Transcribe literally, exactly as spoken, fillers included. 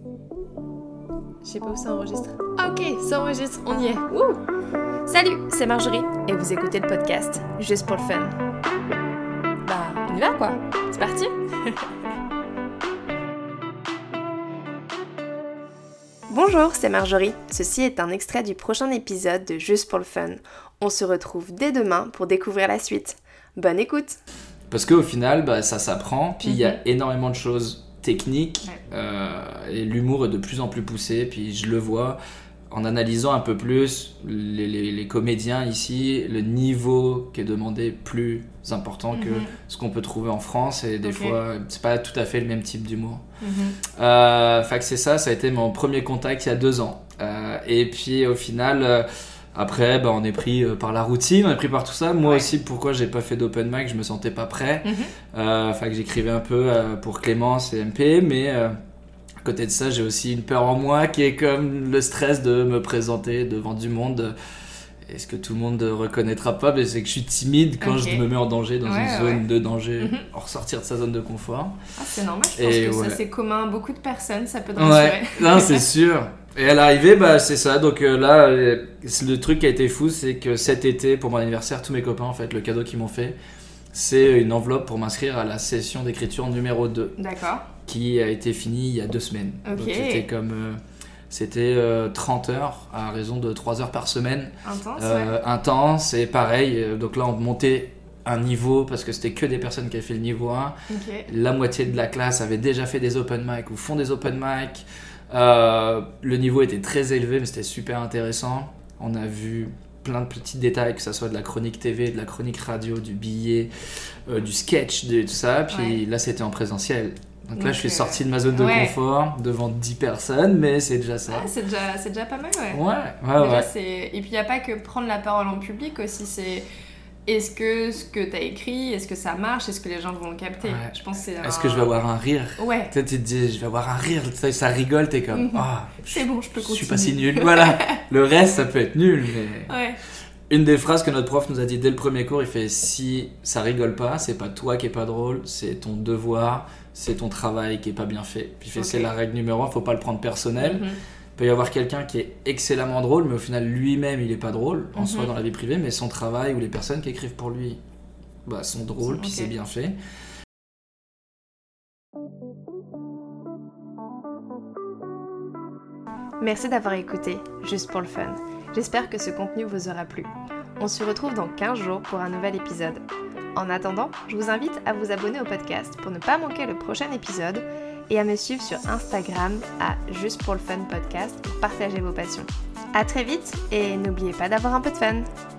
Je sais pas où ça enregistre. Ah ok, ça enregistre, on y est. Wouh! Salut, c'est Marjorie et vous écoutez le podcast Juste pour le fun. Bah, on y va quoi. C'est parti. Bonjour, c'est Marjorie. Ceci est un extrait du prochain épisode de Juste pour le fun. On se retrouve dès demain pour découvrir la suite. Bonne écoute. Parce qu'au final, bah, ça s'apprend, puis il mm-hmm. y a énormément de choses techniques, ouais. euh, et l'humour est de plus en plus poussé, puis je le vois en analysant un peu plus les, les, les comédiens ici, le niveau qui est demandé plus important mm-hmm. que ce qu'on peut trouver en France, et des okay. fois, c'est pas tout à fait le même type d'humour. Mm-hmm. Euh, fait que c'est ça, ça a été mon premier contact il y a deux ans. Euh, et puis au final... Euh, Après, bah, on est pris euh, par la routine, on est pris par tout ça. Moi ouais. aussi, pourquoi j'ai pas fait d'open mic, je me sentais pas prêt. Mm-hmm. Euh, fait que j'écrivais un peu euh, pour Clémence et M P, mais euh, à côté de ça, j'ai aussi une peur en moi qui est comme le stress de me présenter devant du monde. Est-ce que tout le monde reconnaîtra pas? Mais c'est que je suis timide quand okay. je me mets en danger dans ouais, une zone ouais. de danger, mm-hmm. hors sortir de sa zone de confort. Ah, c'est normal, je pense et que ouais. ça c'est commun à beaucoup de personnes, ça peut te rassurer. Ouais, non, c'est sûr. Et à l'arrivée, bah, c'est ça. Donc euh, là, euh, le truc qui a été fou, c'est que cet été, pour mon anniversaire, tous mes copains, en fait, le cadeau qu'ils m'ont fait, c'est une enveloppe pour m'inscrire à la session d'écriture numéro deux. D'accord. Qui a été finie il y a deux semaines. Ok. Donc c'était comme... Euh, c'était euh, trente heures à raison de trois heures par semaine. Intense, euh, ouais. Intense, et pareil. Euh, donc là, on montait un niveau, parce que c'était que des personnes qui avaient fait le niveau un. Okay. La moitié de la classe avait déjà fait des open mic ou font des open mic. Euh, le niveau était très élevé, mais c'était super intéressant. On a vu plein de petits détails, que ce soit de la chronique T V, de la chronique radio, du billet, euh, du sketch, de tout ça. Puis ouais. là, c'était en présentiel. Donc, Donc là, je suis sorti de ma zone de ouais. confort devant dix personnes, mais c'est déjà ça. Ah, c'est, déjà, c'est déjà pas mal, ouais. Ouais, ouais, déjà, ouais. C'est... Et puis, il n'y a pas que prendre la parole en public aussi, c'est... Est-ce que ce que t'as écrit, est-ce que ça marche, est-ce que les gens vont le capter? Ouais. Je pense que c'est Est-ce un... que je vais avoir un rire? Ouais. Tu te dis, je vais avoir un rire, ça rigole, t'es comme, mm-hmm. ah, oh, c'est bon, je peux continuer. Je suis pas si nul. Voilà. Le reste, ça peut être nul, mais. Ouais. Une des phrases que notre prof nous a dit dès le premier cours, il fait, si ça rigole pas, c'est pas toi qui est pas drôle, c'est ton devoir, c'est ton travail qui est pas bien fait. Puis il fait, okay. c'est la règle numéro un, faut pas le prendre personnel. Mm-hmm. Il peut y avoir quelqu'un qui est excellemment drôle, mais au final, lui-même, il est pas drôle, en mm-hmm. soi, dans la vie privée, mais son travail ou les personnes qui écrivent pour lui, bah, sont drôles, puis okay. c'est bien fait. Merci d'avoir écouté, juste pour le fun. J'espère que ce contenu vous aura plu. On se retrouve dans quinze jours pour un nouvel épisode. En attendant, je vous invite à vous abonner au podcast pour ne pas manquer le prochain épisode et à me suivre sur Instagram à Juste pour le fun podcast pour partager vos passions. À très vite et n'oubliez pas d'avoir un peu de fun.